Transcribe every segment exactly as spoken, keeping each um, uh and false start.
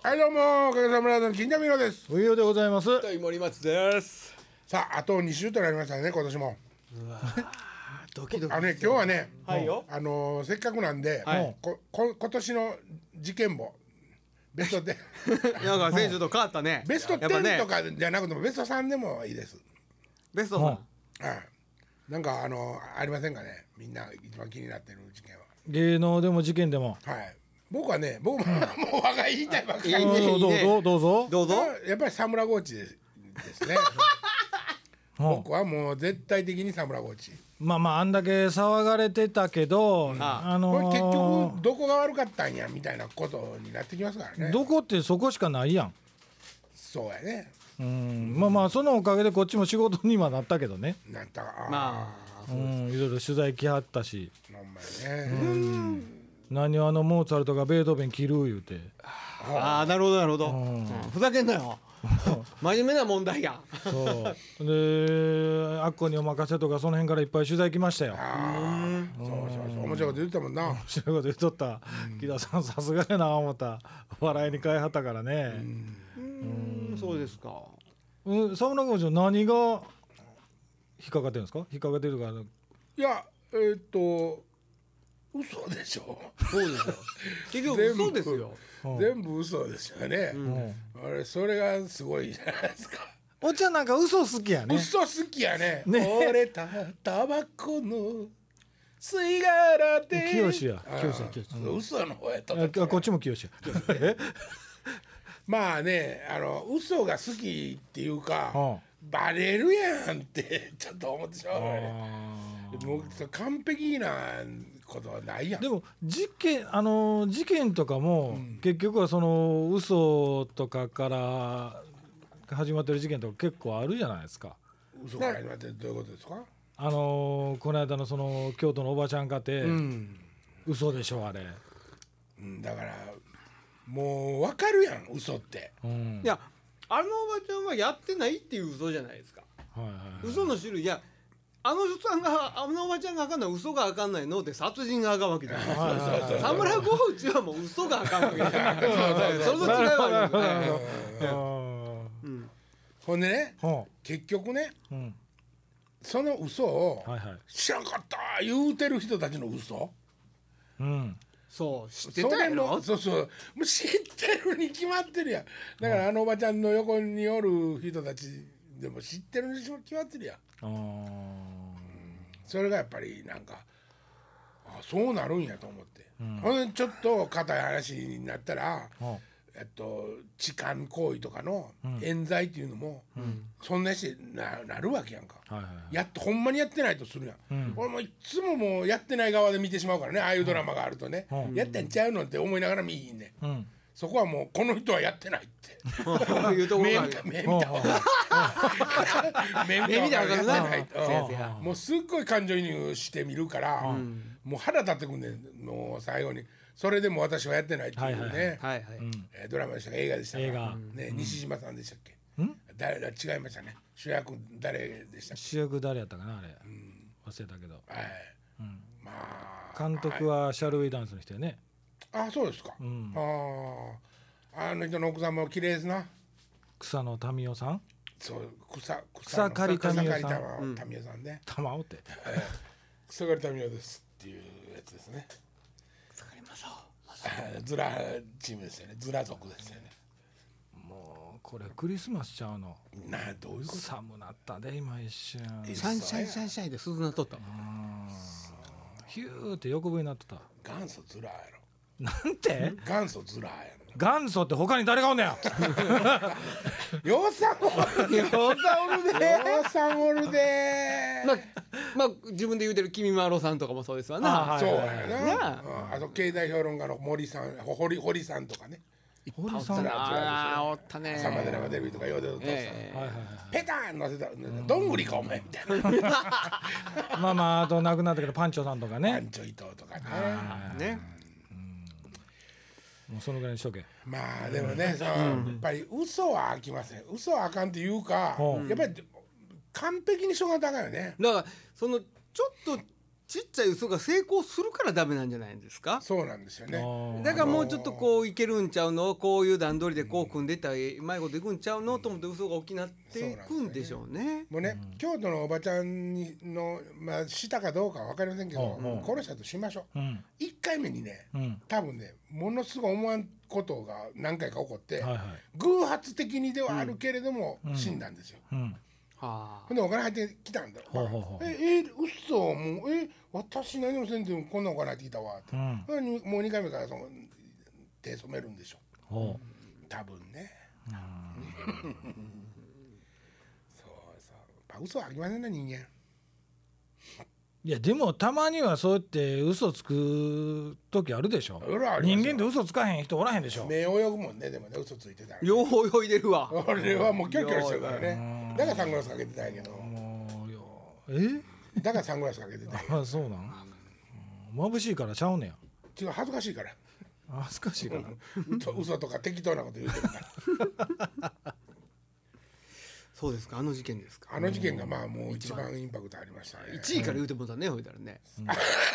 はいどうもおかげさまでの金田美濃です。 おいよでございます。 井森松です。 さああとに週となりましたね今年も。 うわドキドキ。 あのね今日はね、 はいよ。 あのー、せっかくなんで、 はい、 ここ今年の事件簿ベストテンなんか選手と変わったね。 ベストテンとかじゃなくてもベストさんでもいいです。 ベストさん。はい。 なんかあのー、ありませんかねみんな一番気になってる事件は。 芸能でも事件でも。 はい。僕はね僕も、うん、もう我が言いたいばっかり。 どうぞどうぞどうぞ。 やっぱりサムラゴーチですね。僕はもう絶対的にサムラゴーチ。 まあまああんだけ騒がれてたけど、 うん、 あのー、 これ結局どこが悪かったんやみたいなことになってきますからね。 どこってそこしかないやん。 そうやね。 うん、まあまあそのおかげでこっちも仕事にはなったけどね。 なったか。 まあ、うん、いろいろ取材来はったし。 ほんまにね。 うん。何をあのモーツァルトがベートーベン切る言うて。 ああなるほどなるほど。うん、ふざけんなよ。真面目な問題や。 そうであっこにお任せとかその辺からいっぱい取材来ましたよ。 あそうそうそう面白いこと言ってたもんな。 面白いこと言っとった。木田さんさすがやな思った笑いに変えはったからね。 うん、うんそうですか。 うんサムラゴーチの何が引っかかってるんですか。引っかかってるから。 いやえー、っと嘘でしょ。 そうですよ。結局嘘ですよ。 全部嘘ですよね。うん、あれそれがすごいじゃないですか。 おっちゃんなんか嘘好きやね。 嘘好きやね。 ね俺たタバコの吸い殻で。 清や。 清や清や。 嘘の方やと。 あこっちも清や。 まあねあの嘘が好きっていうか、はあ、バレるやんってちょっと思ってしまうね。もう完璧なことはないやん。 でも事件あの事件とかも、うん、結局はその嘘とかから始まってる事件とか結構あるじゃないですか。 嘘から始まってるどういうことですか。 あのこの間のその京都のおばちゃんかて、うん、嘘でしょあれ、 うん、だからもう分かるやん嘘って、 うん、いやあのおばちゃんはやってないっていう嘘じゃないですか、はいはいはい、嘘の種類いやあの人さんがあのおばちゃんがあかんない嘘があかんないのって殺人があかんわけじゃないですか。サムラゴーチはもう嘘があかんわけじゃないそれと違うわけです。 ほんでね、はあ、結局ね、うん、その嘘を、はいはい、知らんかった言うてる人たちの嘘、 うん、そう知ってたやろ。 そうそうもう知ってるに決まってるやん。だからあのおばちゃんの横におる人たちでも知ってるに決まってるやん。あ、うん、それがやっぱりなんかあそうなるんやと思って、うん、ほんでちょっと硬い話になったら、うんえっと、痴漢行為とかの冤罪っていうのも、うん、そんなし な, なるわけやんか、はいはいはい、やっとほんまにやってないとするやん、うん、俺もいつももうやってない側で見てしまうからねああいうドラマがあるとね、うん、やってんちゃうのって思いながら見いひんね、うん、そこはもうこの人はやってないって目見た目見た目見た分かってないともうすっごい感情移入してみるから、うん、もう腹立ってくんねんもう最後にそれでも私はやってないっていうねドラマでしたか映画でしたか映画、ね、西島さんでしたっけ、うん、誰だ違いましたね主役誰でしたっけ主役誰やったかなあれ、うん、忘れたけど、はいうん、まあ監督はシャルウィダンスの人やね。 あそうですか、うん、ああの人の奥さんも綺麗ですな草野民生さんそう草草刈民生さん草刈民生さんね玉緒って草刈民生ですっていうやつですね。ズラチームですよねズラ族ですよね。 もうこれクリスマスちゃうのなどういうこと寒なったで今一瞬シャンシャンシャンシャンで鈴なっとったヒューって横笛になってた。 元祖ズラやろなんて元祖ズラやろ元祖って他に誰がおんねやようさんおるようさんおるでようさんおるでまあ、まあ、自分で言うてる君まろさんとかもそうですわな。 あそうやな、うん、あと経済評論家の森さん堀堀さんとかね堀さんあおったねサマデラマデビとかようでるとさ、えー、ペターン乗せたどんぐりかお前みたいなまあまああと亡くなったけどパンチョさんとかねパンチョ伊藤とかねねもうそのぐらいにしとけ。 まあでもね、そのやっぱり嘘はあきません。嘘はあかんっていうか、やっぱり完璧にしょうが高いよね。 だからそのちょっとちっちゃい嘘が成功するからダメなんじゃないんですか。 そうなんですよね。 だからもうちょっとこういけるんちゃうの、こういう段取りでこう組んでたらうまいこといくんちゃうのと思って嘘が大きくなっていくんでしょうね。 もうね、うん、京都のおばちゃんにの、まあ、したかどうかは分かりませんけど、うん、殺したとしましょう、うん、いっかいめにね、うん、多分ねものすごい思わんことが何回か起こって、はいはい、偶発的にではあるけれども、うん、死んだんですよ、うん、はあ、ほんでお金入ってきたんだ、まあ、ええ嘘もうえ私何もせんでもこんなお金入ってきたわって、うん、もうにかいめからその手染めるんでしょう、うん、多分ね、うん、そうそう嘘はありませんな人間。 いやでもたまにはそうやって嘘つく時あるでしょ。人間で嘘つかへん人おらへんでしょ。 目泳ぐもんね。でもね嘘ついてたら、ね、 よう泳いでるわ。 俺はもうキョロキョロしてるからね。だからサングラスかけてたんやけど。もうえだからサングラスかけてたんや。 あそうなん、うん、眩しいからちゃうねや。 違う恥ずかしいから。 恥ずかしいから、 うん、嘘, 嘘とか適当なこと言うてるからそうですか。あの事件ですか。 あの事件がまあもう一番インパクトありましたね。 いちいから言うてもたね、ほいたらね、うん、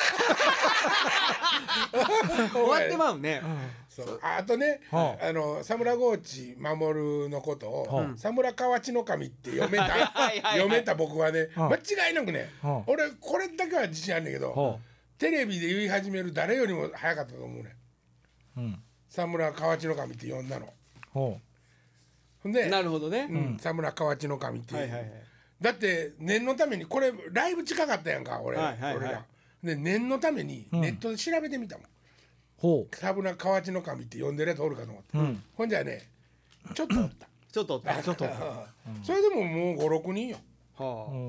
終わってまうね、うん、 そうあとね、はあ、あの佐村河内守のことを、はあ、佐村河内の神って読めた読めた僕はね、はあ、間違いなくね、はあ、俺これだけは自信あるんだけど、はあ、テレビで言い始める誰よりも早かったと思うね、うん、佐村河内の神って呼んだの、はあでなるほどね、 うん、佐村河内の神っていう、はいはいはい、だって念のためにこれライブ近かったやんか俺、はいはいはい、俺らで念のためにネットで調べてみたもん、うん、佐村河内の神って呼んでるやつおるかと思って、うん、ほんじゃねちょっとおったちょっとおったちょっとおった、 うん、それでももうごろくにんよ、はあ、うん、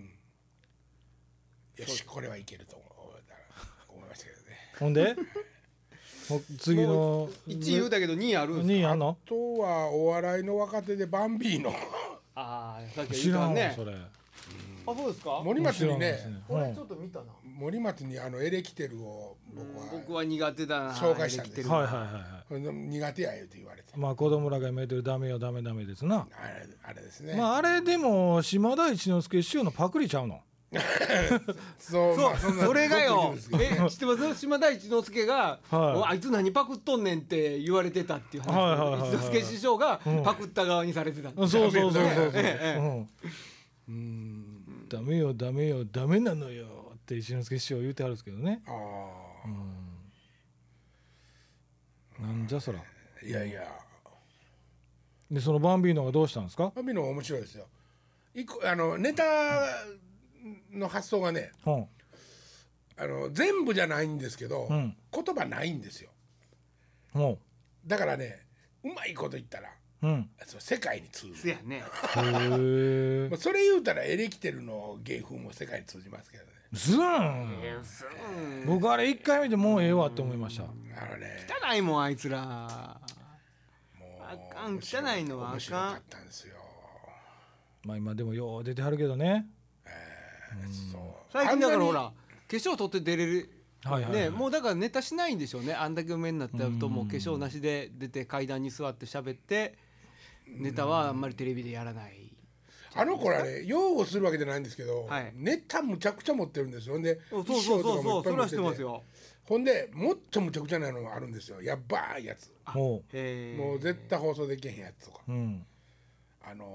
よしこれはいけると思いましたけどね。 ほんで次のいちい言うたけどにいあるんですか。 にいあんの。 あとはお笑いの若手でバンビーノ。 ああさっき言ったね。 知らんわそれ。 あそうですか。 森松にね、 俺ちょっと見たな。 森松にあのエレキテルを僕は僕は苦手だな紹介したんです。 はいはいはいはい。 苦手や言うて言われて。 まあ子供らが言ってるダメよダメダメですな。 あれあれですね。 まああれでも島田一之輔師匠のパクリちゃうの。 そう、まあ、そ, それがよえ知ってます島田一之輔が、はい、あいつ何パクっとんねんって言われてたっていう話、はいはいはいはい、一之輔師匠がパクった側にされてた、 うん、そうそうそうそうそう、ええうん、うんダメよダメよダメなのよって一之輔師匠言うてはるんですけどね。あ、うん、なんじゃそら。 いやいやでそのバンビーノがどうしたんですか。 バンビーノ面白いですよ。いこあのネタの発想がね、うん、あの全部じゃないんですけど、うん、言葉ないんですよ、うん、だからねうまいこと言ったら、うん、そう世界に通じる。 ね、 へそれ言うたらエレキテルの芸風も世界に通じますけどね。 ズーン僕あれ一回見てもうええわって思いました。 あの、ね、汚いもんあいつら。もうあかん汚いのはあかん。面白かったんですよ。 まあ今でもよう出てはるけどね。 そう最近だからほら化粧取って出れる、はいはいはいね、もうだからネタしないんでしょうね。あんだけ上になったともう化粧なしで出て階段に座って喋ってネタはあんまりテレビでやらない。 あの子らね擁護するわけじゃないんですけど、はい、ネタむちゃくちゃ持ってるんですよ。ほんでそうそうそうそうそれは知ってますよ。 ほんでもっとむちゃくちゃなのがあるんですよ。やばいやつもう絶対放送できへんやつとか、うん、あの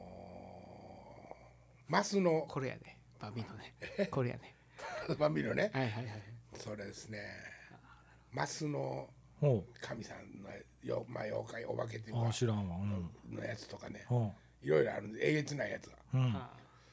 ー、マスのこれやねバンビーノねこれやねバンビーノね、 はいはいはい、 それですね。マスの神さんのよ、まあ、妖怪お化けっていうか知らんわ、 うん、のやつとかねいろいろあるんでえげつないやつが、うん、だ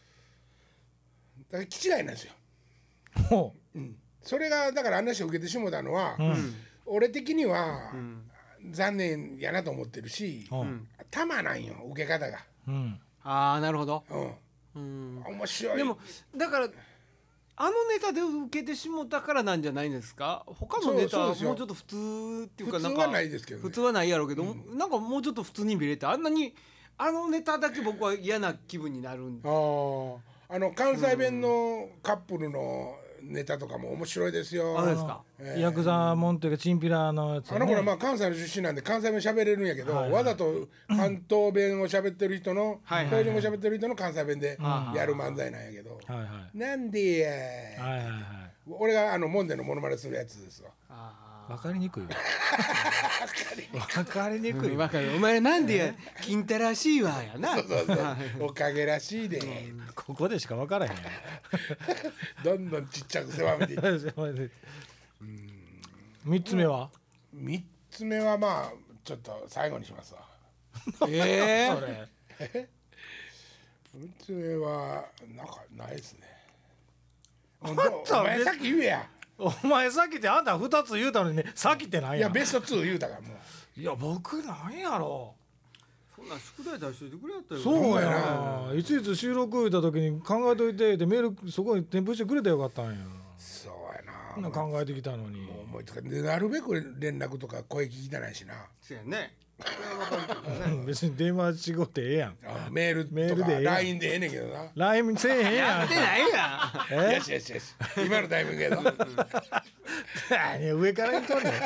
から気違いなんですよ、うん、それがだから話を受けてしもたのは、うん、俺的には、うん、残念やなと思ってるし、うん、玉なんよ受け方が、 うん、ああなるほど、うんうん、面白い。 でもだからあのネタで受けてしもたからなんじゃないんですか。他のネタはもうちょっと普通っていうかなんか普通はないですけど、ね、 普通はないやろうけど、うん、なんかもうちょっと普通に見れてあんなにあのネタだけ僕は嫌な気分になるんで。 ああの関西弁のカップルのネタとかも面白いですよ。 あれですか、 えー、ヤクザもんというかチンピラのやつ、ね、 あの子らまあ関西の出身なんで関西弁喋れるんやけど、はいはい、わざと関東弁を喋ってる人の、はいはい、標準語喋ってる人の関西弁でやる漫才なんやけど、はいはい、なんでや、はいはいはい、俺があのモンデのモノマネするやつですわ。 あ分かりにくいわ分かりにくいわ、うん、かる。お前なんでや金太らしいわやな。 そうそうそうおかげらしいで、うん、 ここでしか分からへんやどんどんちっちゃく狭めていくみっつめはみっつめはまあちょっと最後にしますわえー、それみっつめはなんかないですね。お前さっき言えや。 お前さっきってあんたふたつ言うたのにね、さっきってなんや。 いやベストツー言うたからもう。いや僕なんやろ。 そんな宿題出しといてくれやったよ。 そうやな。いついつ収録言うた時に考えといてでメールそこに添付してくれたらよかったんや。 そうやな。 そんな考えてきたのに。 もう思いつかでなるべく連絡とか声聞きたないしな。 そうやね。 別に電話仕事ええやん。 あメールとか ライン でええねんけどな。 ライン せえへんやん。 やってないやん。よしよしよし。今のタイミングやぞ。 上から言っとんねん。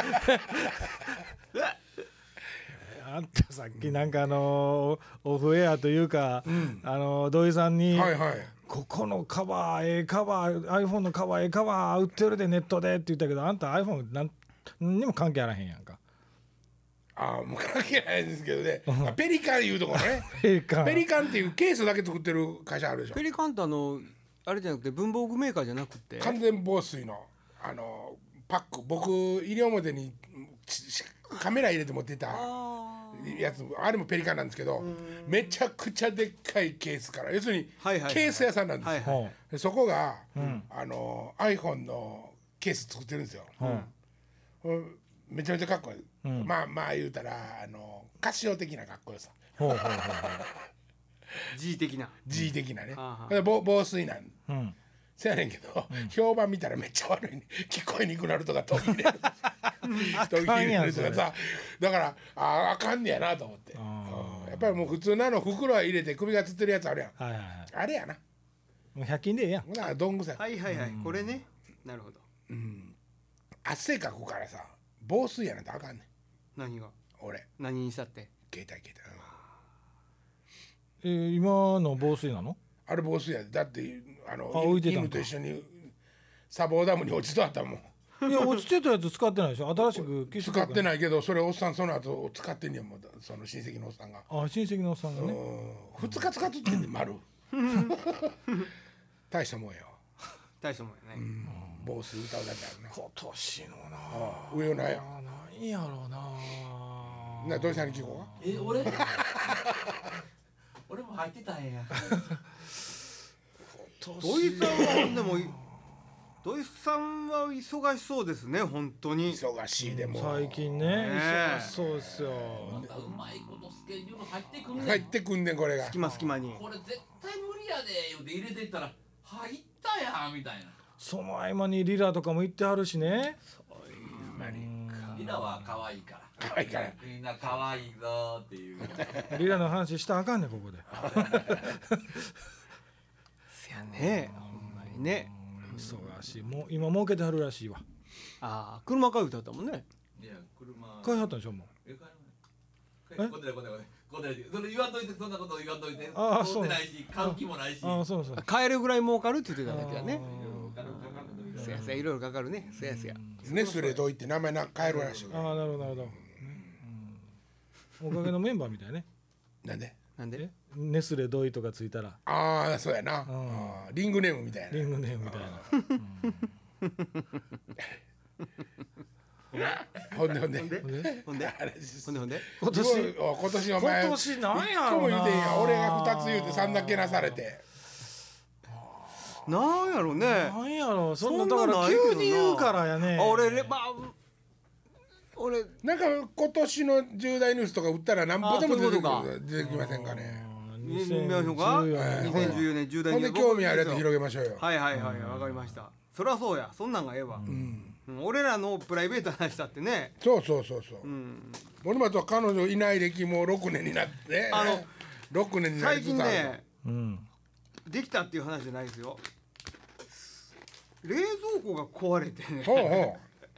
あんたさっきなんかあのオフエアというか、うん、あの土井さんに、はいはい、ここのカバーええカバー iPhone のカバーええカバー売ってるでネットでって言ったけどあんた iPhone なんにも関係あらへんやんか。 ああもう関係ないんですけどねペリカンいうところねペリカンペリカンっていうケースだけ作ってる会社あるでしょ。 ペリカンってあのあれじゃなくて文房具メーカーじゃなくて完全防水のあのパック僕西表にカメラ入れて持ってたやつあれもペリカンなんですけどめちゃくちゃでっかいケースから要するにケース屋さんなんですよ、はいはいはい、そこが、うん、あの iPhone のケース作ってるんですよ、うん、めちゃめちゃかっこいい、うん、まあまあ言うたらあのカシオ的なかっこよさ G 的な G 的なね、うん、防防水なん、うんせやねんけど、うん、評判見たらめっちゃ悪いね聞こえにくなるとか途切れる途切れるとかさだからああかんねやなと思ってやっぱりもう普通のあの袋入れて首がつってるやつあるやん、はいはいはい、あれやなもうひゃく均でええやんだからどんぐさはいはいはい、うん、これねなるほど、うん、 汗かくからさ防水やなんてあかんねん。 何が俺何にしたって携帯携帯、えー、今の防水なのあれ防水やでだってあのあ犬と一緒に砂防ダムに落ちとあったもんいや落ちてたやつ使ってないでしょ新しく使ってないけどそれおっさんその後使ってんねんもんその親戚のおっさんがあ親戚のおっさんがねふつか使っとってんねん丸大したもんよ大したもんやね、うん、 防水歌うだけあるな今年のなああ上をないや何やろうなな土井さんに聞こうかえ俺俺も入ってたんや土井さんはほんでも土井さんは忙しそうですね本当に忙しいでも最近ね忙しそうですよまたうまいことスケジュール入ってくんねん入ってくんねんこれが隙間隙間にこれ絶対無理やで言うて入れていったら入ったやんみたいなその合間にリラとかも行ってはるしねそういうマリリラは可愛いから可愛いからみんな可愛いぞっていうリラの話したらあかんねんここでせやねほんまにね忙しいもう今儲けてはるらしいわああ車買うてはったもんねいや車買いはったんでしょもうえ買いまないこんなこんなこんなそれ言わんといてそんなこと言わんといてああそうないし買う気もないしああそうそう買えるぐらい儲かるって言ってただけだねせやせやいろいろかかるねせやせやネスレといって名前な変えるらしいああなるほどなるほど、うん、おかげのメンバーみたいねなんでなんでネスレドイとかついたらああそうやな、うん、リングネームみたいなリングネームみたいな、 うん、ほんでほんでほんでほんでほんでほんで今年今年お前今年なんやろうな言うてんや俺がふたつ言うてさんだけなされてなんやろうねなんやろうそんなだから急に言うからやねあ俺まあ俺なんか今年の重大ニュースとか売ったら何ぼでも出てくる出てきませんかね見ましょうかにせんじゅうよねん重大ニュースほんで興味あるやつ広げましょうよはいはいはいわかりましたそりゃそうやそんなんがええわ俺らのプライベートな話だってねそうそうそうそう森松は彼女いない歴もろくねんになってあのろくねんになりつつある最近ねできたっていう話じゃないですよ冷蔵庫が壊れてねほうほ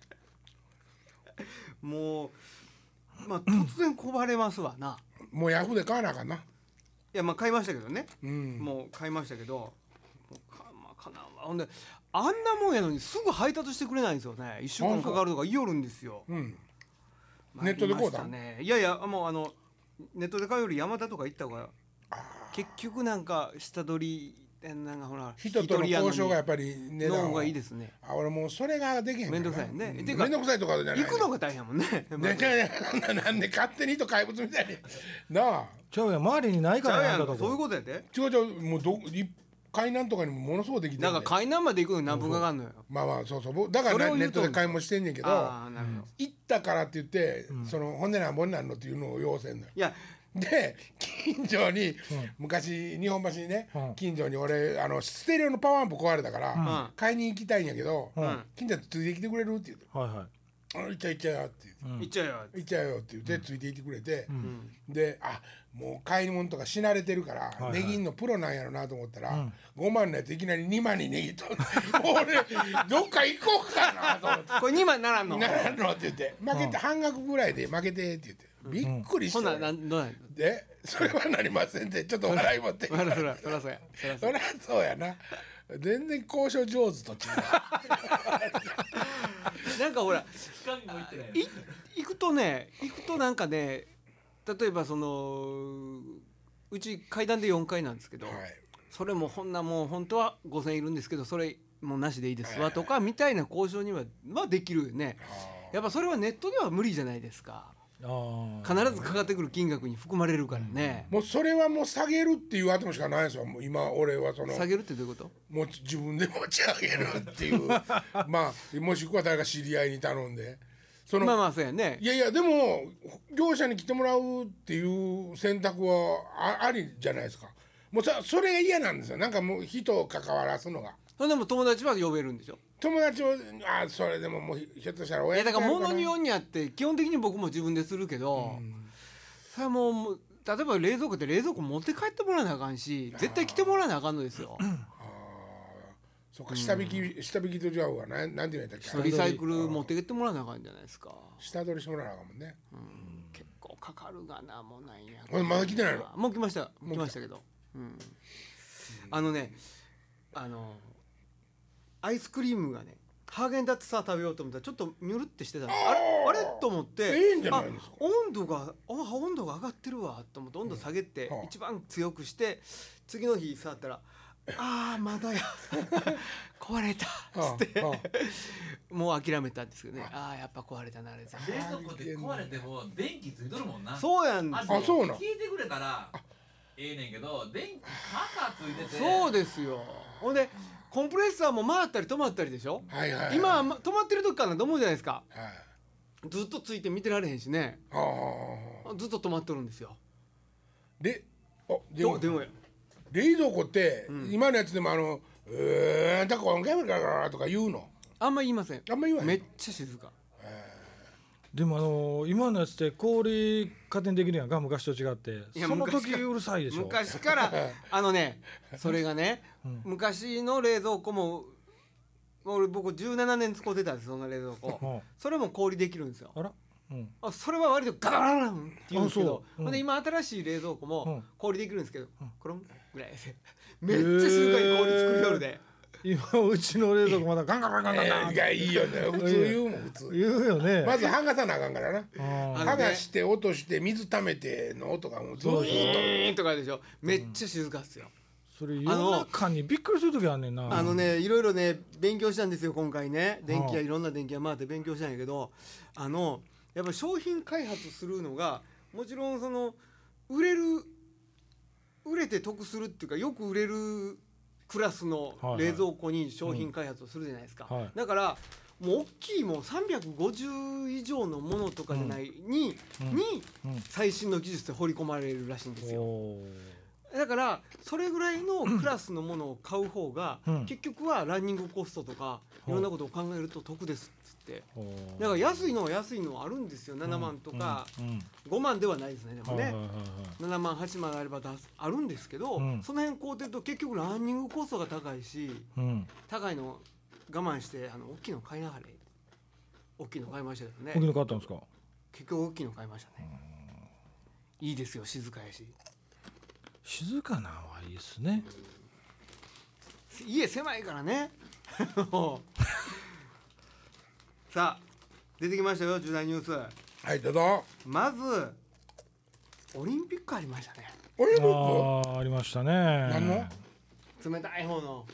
うもうまあ突然壊れますわな。 もうヤフーで買わなあかんな。 いやまあ買いましたけどね、 うん、 もう買いましたけど、もうかまあかなわほんであんなもんやのにすぐ配達してくれないんですよね。いっしゅうかんかかるとか言いよるんですよ。 うん、ネットで買うたん、 ね、いやいやもうあのネットで買うより山田とか行った方が結局なんか下取りなんかほら人との交渉がやっぱり値段の方がいいですね。 あ俺もうそれができへんからめんどくさいね、 うん、てかめんどくさいとかじゃない行くのが大変やもんね。 ねねなんで勝手にと怪物みたいになあちゃうやん周りにないからやんかそういうことやで。 違う違うもうど海南とかにもものすごいできてる、 ね、だから海南まで行くのに何分かかるのよ。 まあまあそうそうだからネットで買いもしてんねんけど、 あなるほど行ったからって言って、うん、そのほんでなんぼになんのっていうのを要請んのよ。 いやで近所に、うん、昔日本橋にね、うん、近所に俺あのステレオのパワーアンプ壊れたから、うん、買いに行きたいんやけど、うん、近所についてきてくれるって言って、 はいはい行っちゃいっちゃうよって言って、 うん、行っちゃうよ行っちゃうよって言って、うん、ついていってくれて、うん、であもう買い物とかし慣れてるから、はいはい、値銀のプロなんやろなと思ったら、うん、ごまんのやついきなりにまんに値銀と俺どっか行こうかなと思ってこれにまんならんのならんのって言って負けて、うん、半額ぐらいで負けてって言ってびっくりした、 うん、ほななんどうなんでそれはなりませんってちょっと笑いもってそらそらそらそうやそらそうやな全然交渉上手と違うなんかほら行くとね行くとなんかね例えばそのうち階段でよんかいなんですけど、はい、それもほんなもう本当はごせんえんいるんですけどそれもうなしでいいですわとかみたいな交渉にはまあできるよね。やっぱそれはネットでは無理じゃないですか。必ずかかってくる金額に含まれるからね、 うん、もうそれはもう下げるっていう頭しかないですよ。もう今俺はその下げるってどういうこと？ もう自分で持ち上げるっていうまあもしくは誰か知り合いに頼んでそのまあまあそうやね。 いやいやでも業者に来てもらうっていう選択は あ, ありじゃないですか。もう そ, それが嫌なんですよ。なんかもう人を関わらすのが。 それでも友達は呼べるんでしょ。 友達をあそれでももうひょっとしたら親いやだから物によんにあって基本的に僕も自分でするけど、うん、それはもう例えば冷蔵庫って冷蔵庫持って帰ってもらわなあかんし絶対来てもらわなあかんのですよ。あそっか下引き、うん、下引きとじゃうがななんて言うんだっけリサイクル持って帰ってもらわなあかんじゃないですか。 下取りしてもらわなあかんもんね、 うん、結構かかるがなもうないんやこれまだ来てないの？ もう来ました来ましたけど、うん、あのねあのアイスクリームがねハーゲンダッツさ食べようと思ったらちょっとニュルってしてたんです。あれあれと思ってええんじゃないですか。 温度があ温度が上がってるわと思って温度下げて、うん、一番強くして次の日触ったらあーまだや壊れたっつってもう諦めたんですけどね。あーやっぱ壊れたなあれじゃ冷蔵庫って壊れても電気ついとるもんな。 そうやんですよ。 あそうなん聞いてくれたらええねんけど電気カカついててそうですよ。ほんでコンプレッサーも回ったり止まったりでしょ、 はいはいはい、 今止まってる時かなと思うじゃないですか、はい、ずっとついて見てられへんしね。ずっと止まっとるんですよ。 であでもでもや冷蔵庫って、うん、今のやつでもあの「うーんだからこのケーブルから」とか言うのあんま言いません。 あんま言わへん。 めっちゃ静か。 でもあのー、今のやつって氷加点できるやんか昔と違って。その時うるさいでしょ。 昔からあのねそれがね、うん、昔の冷蔵庫も俺僕じゅうななねん使ってたんですその冷蔵庫、うん、それも氷できるんですよ。 あら、うん、 あそれは割とガラガランって言うんですけど、うん、で今新しい冷蔵庫も氷できるんですけど、うん、コロンぐらいでめっちゃ静かに氷作るよるで。 今うちの冷蔵庫まだガンガンガンガンガンガン、 えー、いやいいよね普通言うもん普通言うよね。 まず剥がさなあかんからな。剥がして落として水溜めての音がもうずっととかでしょ。めっちゃ静かっすよ、 うん、それ夜中にびっくりする時あんねんな。 あのねいろいろね勉強したんですよ今回ね。電気屋いろんな電気屋回って勉強したんやけどあのやっぱり商品開発するのがもちろんその売れる売れて得するっていうかよく売れるクラスの冷蔵庫に商品開発をするじゃないですか、はいはい、だからもう大きいもうさんびゃくごじゅう以上のものとかじゃないに、うん、に最新の技術で掘り込まれるらしいんですよ。だからそれぐらいのクラスのものを買う方が、うん、結局はランニングコストとかいろんなことを考えると得ですっつって。だから安いのは安いのはあるんですよ。ななまんとか、うんうん、ごまんではないですね。でもね、はいはいはいはい、ななまんはちまんあれば出すあるんですけど、うん、その辺買うてると結局ランニングコストが高いし、うん、高いの我慢してあの大きいの買いなはれ。大きいの買いましたけどね。 大きいの買ったんですか。 結局大きいの買いましたね。いいですよ、静かやし。 静かなはいいですね。 家狭いからね。さあ出てきましたよ、重大ニュース。 はい、どうぞ。 まずオリンピックありましたね。 オリンピック あ, ありましたね。 何の？ 冷たい方の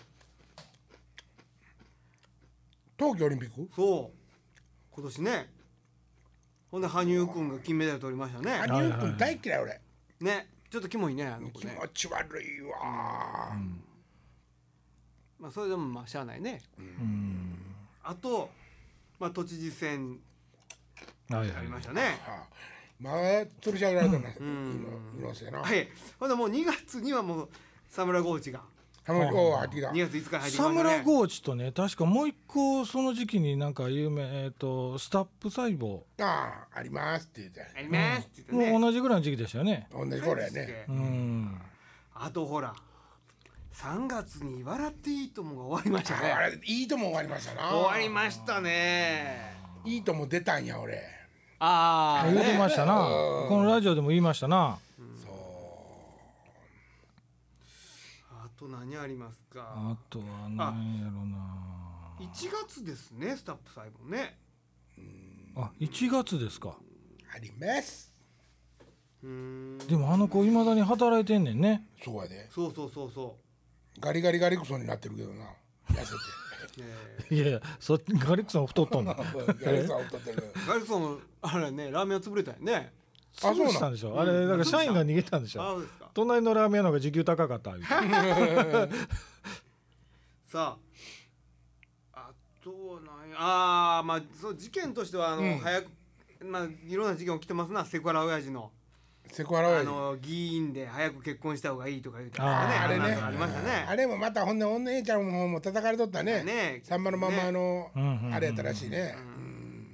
冬季オリンピック？ そう今年ね。ほんで羽生くんが金メダル取りましたね。 羽生くん大嫌い俺。 ね、ちょっとキモいね、あの子ね。 気持ち悪いわ、うん、 まあそれでもまあしゃあないね。うん、あとまあ都知事選ありましたね。はいはい、 まあ吊るし上げられたな、うん、今のせいな。 はい。ほんでもうにがつにはもうサムラゴーチが。 にがついつか入ってきましたね。 サムラゴーチとね、確かもう一個その時期になんか有名、えー、とスタップ細胞ああありますって言ってありますって言ってね、もう同じぐらいの時期でしたよね。 同じ頃やね。 うん、あとほらさんがつに笑っていいともが終わりましたね。 あれいいとも終わりましたな。 終わりましたね。 いいとも出たんや俺。 ああ、 言ってましたな。このラジオでも言いましたな。 あと何ありますか。 あとは何やろな。 いちがつですね、スタップ細胞ね。 あ、いちがつですか。 あります。 うーん、でもあの子いまだに働いてんねんね。 そうやで。 そうそうそうそう。 ガリガリガリクソンになってるけどな。痩せて。いやいや、そガリクソン太っとんの。ガリクソン太ってる。 ガリクソンあれね、ラーメンは潰れたよね。 あ、そうしたんでしょ。うん、あれだから社員が逃げたんでしょ。あ、隣のラーメンの方が時給高かったさあ、あとなんや、ああ、まあそう事件としてはあの、うん、早くまあいろんな事件起きてますな。セクハラ親父のセクハラ親父あの議員で早く結婚した方がいいとか言うて、ね、 あ, あれねありましたね。 あれもまたほんでお姉ちゃんももう叩かれとったね。ね、さんまのままの、ね、あれやったらしいね。うん、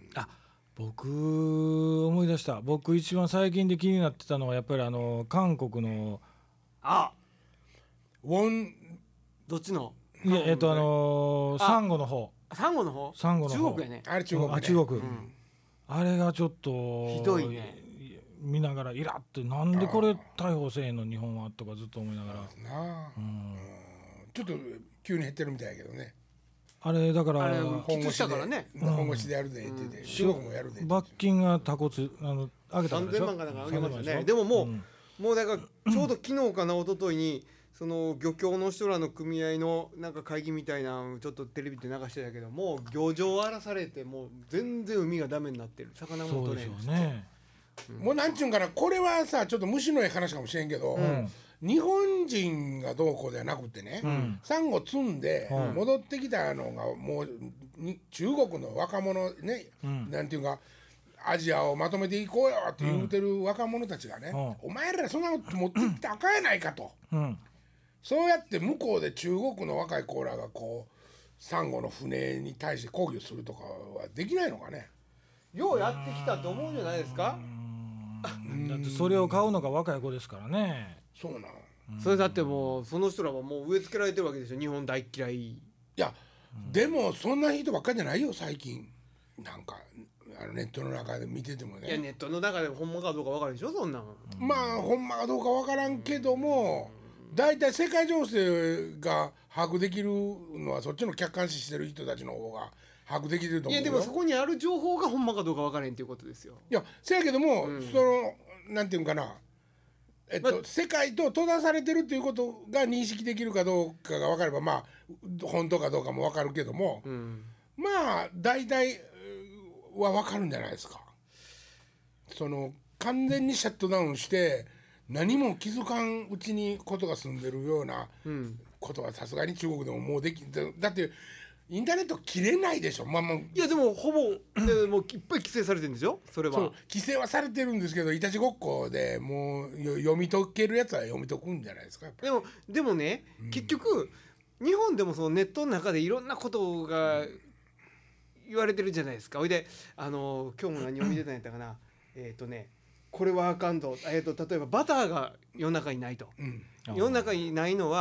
あ、僕思い出した。僕一番最近で気になってたのはやっぱりあの韓国のあウォンどっちのいやえっとあのー、サンゴの方サンゴの方サンゴの方中国やね。 あれ中国、ね、 あ中国、うん、あれがちょっとひどいね。 見ながらイラってなんでこれ逮捕せえんの日本はとかずっと思いながらなあ、うん、ちょっと急に減ってるみたいやけどね。 あれだから本腰したからね、 本腰でやるでって言って、うん、中国もやるで罰金がタコつあの上げたんでしょ。さんぜんまんかなんか上げましたね。でももう、うん、もうだからちょうど昨日かな一昨日にその漁協の人らの組合のなんか会議みたいなのちょっとテレビで流してたけども、漁場荒らされてもう全然海がダメになってる。魚も取れん。 そうでしょうね。 うん、もうなんちゅうんかな、これはさちょっと虫のええ話かもしれんけど、うん、日本人がどうこうではなくてね、うん、サンゴ積んで戻ってきたのがもう中国の若者ね、うん、なんていうかアジアをまとめていこうよって言うてる若者たちがね、うん、お前らそんなこと持ってきてあかんやないかと、うん、そうやって向こうで中国の若い子らがこうサンゴの船に対して抗議するとかはできないのかね。 ようやってきたと思うんじゃないですか。 だってそれを買うのが若い子ですからね。 そうなの。 それだってもうその人らはもう植え付けられてるわけでしょ。日本大嫌い。いや、うん、でもそんな人ばっかりじゃないよ最近。なんかあのネットの中で見ててもね。 いやネットの中でほんまかどうか分からんでしょそんなの。 まあほんまかどうか分からんけども、だいたい世界情勢が把握できるのはそっちの客観視してる人たちの方が把握できると思うよ。 いやでもそこにある情報がほんまかどうか分からへんっていうことですよ。 いやせやけども、うん、そのなんていうんかな、えっと、ま、世界と閉ざされてるっていうことが認識できるかどうかが分かればまあ本当かどうかも分かるけども、うん、まあ大体は分かるんじゃないですか。その完全にシャットダウンして何も気づかんうちにことが進んでるようなことはさすがに中国でももうできだってインターネット切れないでしょ。まあまあ、いやでもほぼでもういっぱい規制されてるんですよそれは。そう規制はされてるんですけどいたちごっこでもう読み解けるやつは読み解くんじゃないですかやっぱり。 でもでもね、うん、結局日本でもそのネットの中でいろんなことが言われてるじゃないですか。おいであの今日も何を見てたんやったかなえっとねこれはあかんと、えー、と例えばバターが世の中にないと、うん、世の中にないのは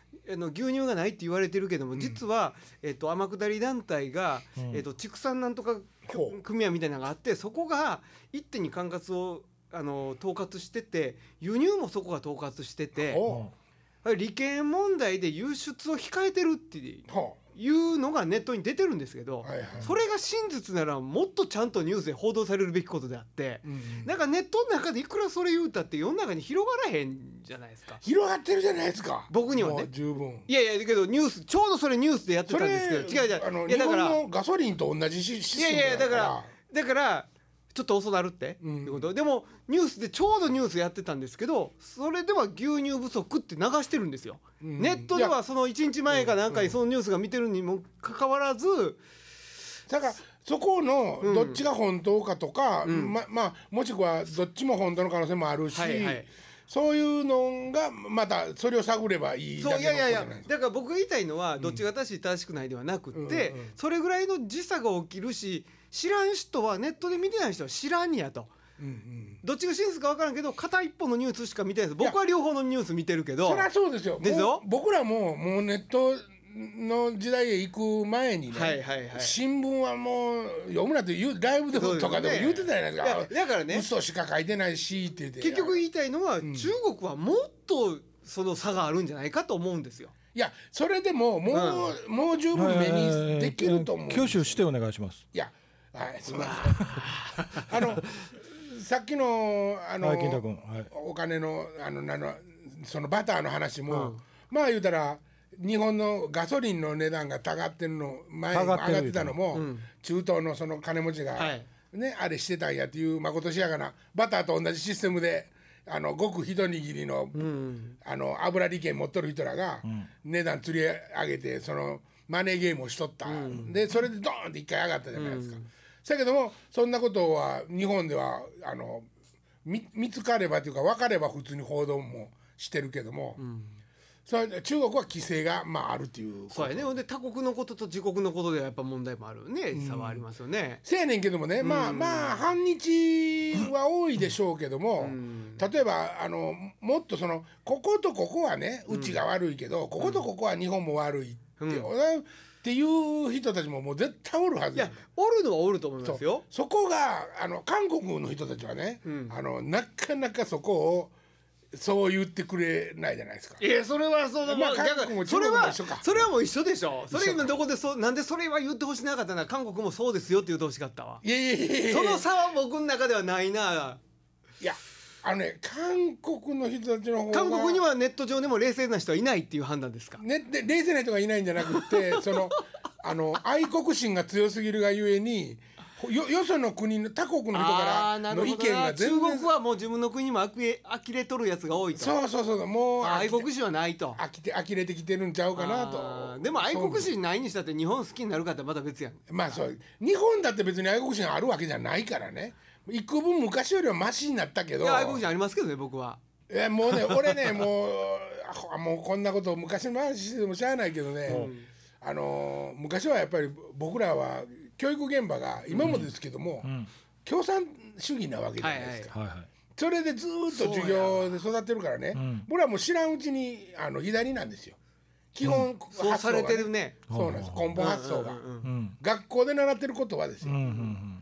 あの牛乳がないって言われてるけども、実は、えっと、天下り団体が、えっと、畜産なんとか組合みたいなのがあって、そこが一手に管轄をあの統括してて、輸入もそこが統括してて、利権問題で輸出を控えてるっていうのがネットに出てるんですけど、はいはい、それが真実ならもっとちゃんとニュースで報道されるべきことであって、うんうん、なんかネットの中でいくらそれ言うたって世の中に広がらへんじゃないですか。 広がってるじゃないですか、 僕にはね。 十分。 いやいやだけどニュースちょうどそれニュースでやってたんですけど、違う違う、 あのいやだから日本のガソリンと同じシステムだから。いやいやだからだからちょっと遅なるって、うん、ってこと。でもニュースでちょうどニュースやってたんですけど、それでは牛乳不足って流してるんですよ、うん、ネットではそのいちにちまえかなんかにそのニュースが見てるにもかかわらず、 だからそこのどっちが本当かとか、うん、ま, まあもしくはどっちも本当の可能性もあるし、はいはい、そういうのがまたそれを探ればいいだけのことじゃないですか。そういやいやいやだから僕が言いたいのは、どっちが正しい正しくないではなくって、うんうんうん、それぐらいの時差が起きるし、知らん人はネットで見てない人は知らんやと、うんうん、どっちが真実か分からんけど片一方のニュースしか見てないです。僕は両方のニュース見てるけど。 そりゃそうですよ。ですよ。僕らももうネットの時代へ行く前にね、はいはいはい、新聞はもう読むなって言うライブでとかでも言うてたじゃないですか。いやだからね、嘘しか書いてないしって言って、 結局言いたいのは、うん、中国はもっとその差があるんじゃないかと思うんですよ。 いやそれでももう、うん、もう十分目にできると思う。 挙手してお願いします。 いやはい、すみません。あのさっきのあの、はいはい、お金のあのなのそのバターの話も、うん、まあ言うたら日本のガソリンの値段が上がってるの前に上がってたのも、うん、中東のその金持ちが、はい、ねあれしてたんやっていうまことしやかなバターと同じシステムであのごく一握りの、うん、あの油利権持っとる人らが、うん、値段釣り上げてそのマネーゲームをしとった、うん、でそれでドーンって一回上がったじゃないですか。うんだけどもそんなことは日本ではあの 見, 見つかればというか分かれば普通に報道もしてるけども、うん、それ中国は規制が、まあ、あるということ。 そうやね。で他国のことと自国のことではやっぱ問題もあるね、差はありますよね。 せやねんけどもね、うん、まあまあ反日は多いでしょうけども、うん、例えばあのもっとそのこことここはねうちが悪いけど、うん、こことここは日本も悪いって、うんっていう人たちももう絶対おるはず。 いやおるのはおると思いますよ。 そ, そこがあの韓国の人たちはね、うん、あのなかなかそこをそう言ってくれないじゃないですか。 いやそれはその、まあ、韓国も中国も一緒か。それはもう一緒でしょ。それ今どこでそなんでそれは言ってほしなかったな。韓国もそうですよって言ってほしかったわ。 いやいやいやいやその差は僕の中ではないな。 いやあのね韓国の人たちの方が韓国にはネット上でも冷静な人はいないっていう判断ですか。 ね、で冷静な人がいないんじゃなくてそのあの愛国心が強すぎるがゆえに よ, よその国の他国の人からの意見が全然。 中国はもう自分の国もあきれ呆れとるやつが多いと。 そうそうそうもう愛国心はないと飽きて呆れてきてるんちゃうかなと。 でも愛国心ないにしたって日本好きになるかってまた別やん。 まあそう日本だって別に愛国心あるわけじゃないからね。幾分昔よりはマシになったけど。 いや愛国心ありますけどね僕は。 いやもうね俺ねもうもうこんなこと昔の話してもしゃあないけどね、うん、あの昔はやっぱり僕らは教育現場が今もですけども、うんうん、共産主義なわけじゃないですか、はいはい、それでずっと授業で育ってるからね、うん、僕らも知らんうちにあの左なんですよ基本発想が、ね、 そうされてるね。 そうなんです根本発想が、うんうんうん、学校で習ってる言葉ですよ、うんうんうん、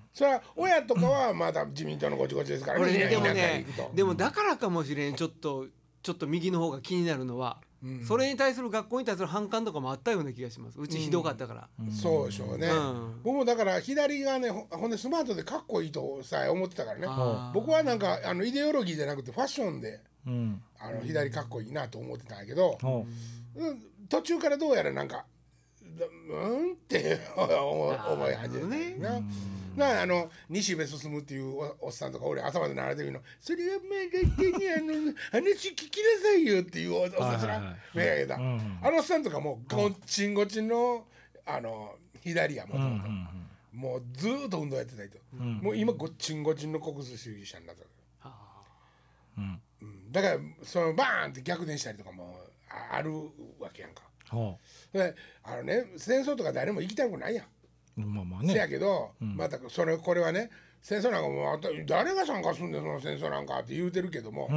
それは親とかはまだ自民党のごちごちですからね、 ねでもねでもだからかもしれんちょっとちょっと右の方が気になるのは、うん、それに対する学校に対する反感とかもあったような気がします。うちひどかったから、 うん、そうでしょうね、うん、僕もだから左がねほんでスマートでかっこいいとさえ思ってたからね。僕はなんかあのイデオロギーじゃなくてファッションで、うん、あの左かっこいいなと思ってたんやけど、うん、途中からどうやらなんかうんって思い始めたね。なあの西部進むっていう お, おっさんとか俺朝まで習ってるのそれはまあにあの話聞きなさいよっていうおっさんら目がけた、うんうん、あのおっさんとかもごっちんごちんのあの左やもともともうずーっと運動やってた人、うん、もう今ごっちんごちんの国主主義者になった、うんうん、だからそのバーンって逆転したりとかもあるわけやんか、はあ、であのね戦争とか誰も行きたくないやん。まあまあね、せやけど、うん、またそれこれはね戦争なんかもう誰が参加するんだよその戦争なんかって言うてるけども、うん、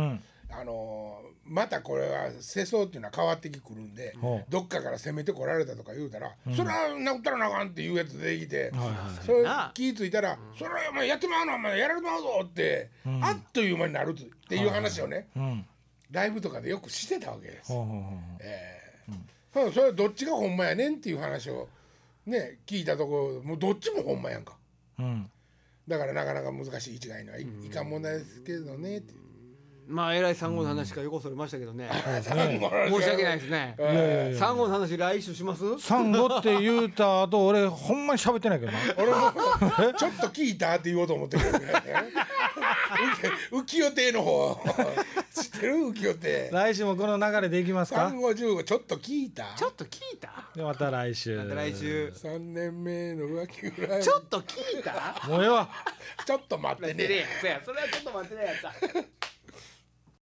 あのまたこれは世相っていうのは変わってきくるんで、うん、どっかから攻めてこられたとか言うたら、うん、それは殴ったらなあかんっていうやつできて、はいはい、それ気ぃついたら、うん、それはお前やってまうのお前やられてまうぞって、うん、あっという間になるっていう話をね、はいはい、ライブとかでよくしてたわけです。それどっちがほんまやねんっていう話をね聞いたところもうどっちもほんまやんか、うん、だからなかなか難しい一概にはい、いかん問題ですけどねって。 まあえらい産後の話からよこそれましたけどね、うん、申し訳ないですね。産後の話来週します？ 産後って言うた後俺ほんまに喋ってないけどな俺もちょっと聞いたって言おうと思ってるけどね浮世亭の方知ってる？浮世亭来週もこの流れでいきますか？ 産後じゅうごちょっと聞いたちょっと聞いたでまた来週また来週さんねんめの浮気ぐらいちょっと聞いたもうええわちょっと待ってねそれはちょっと待ってねやった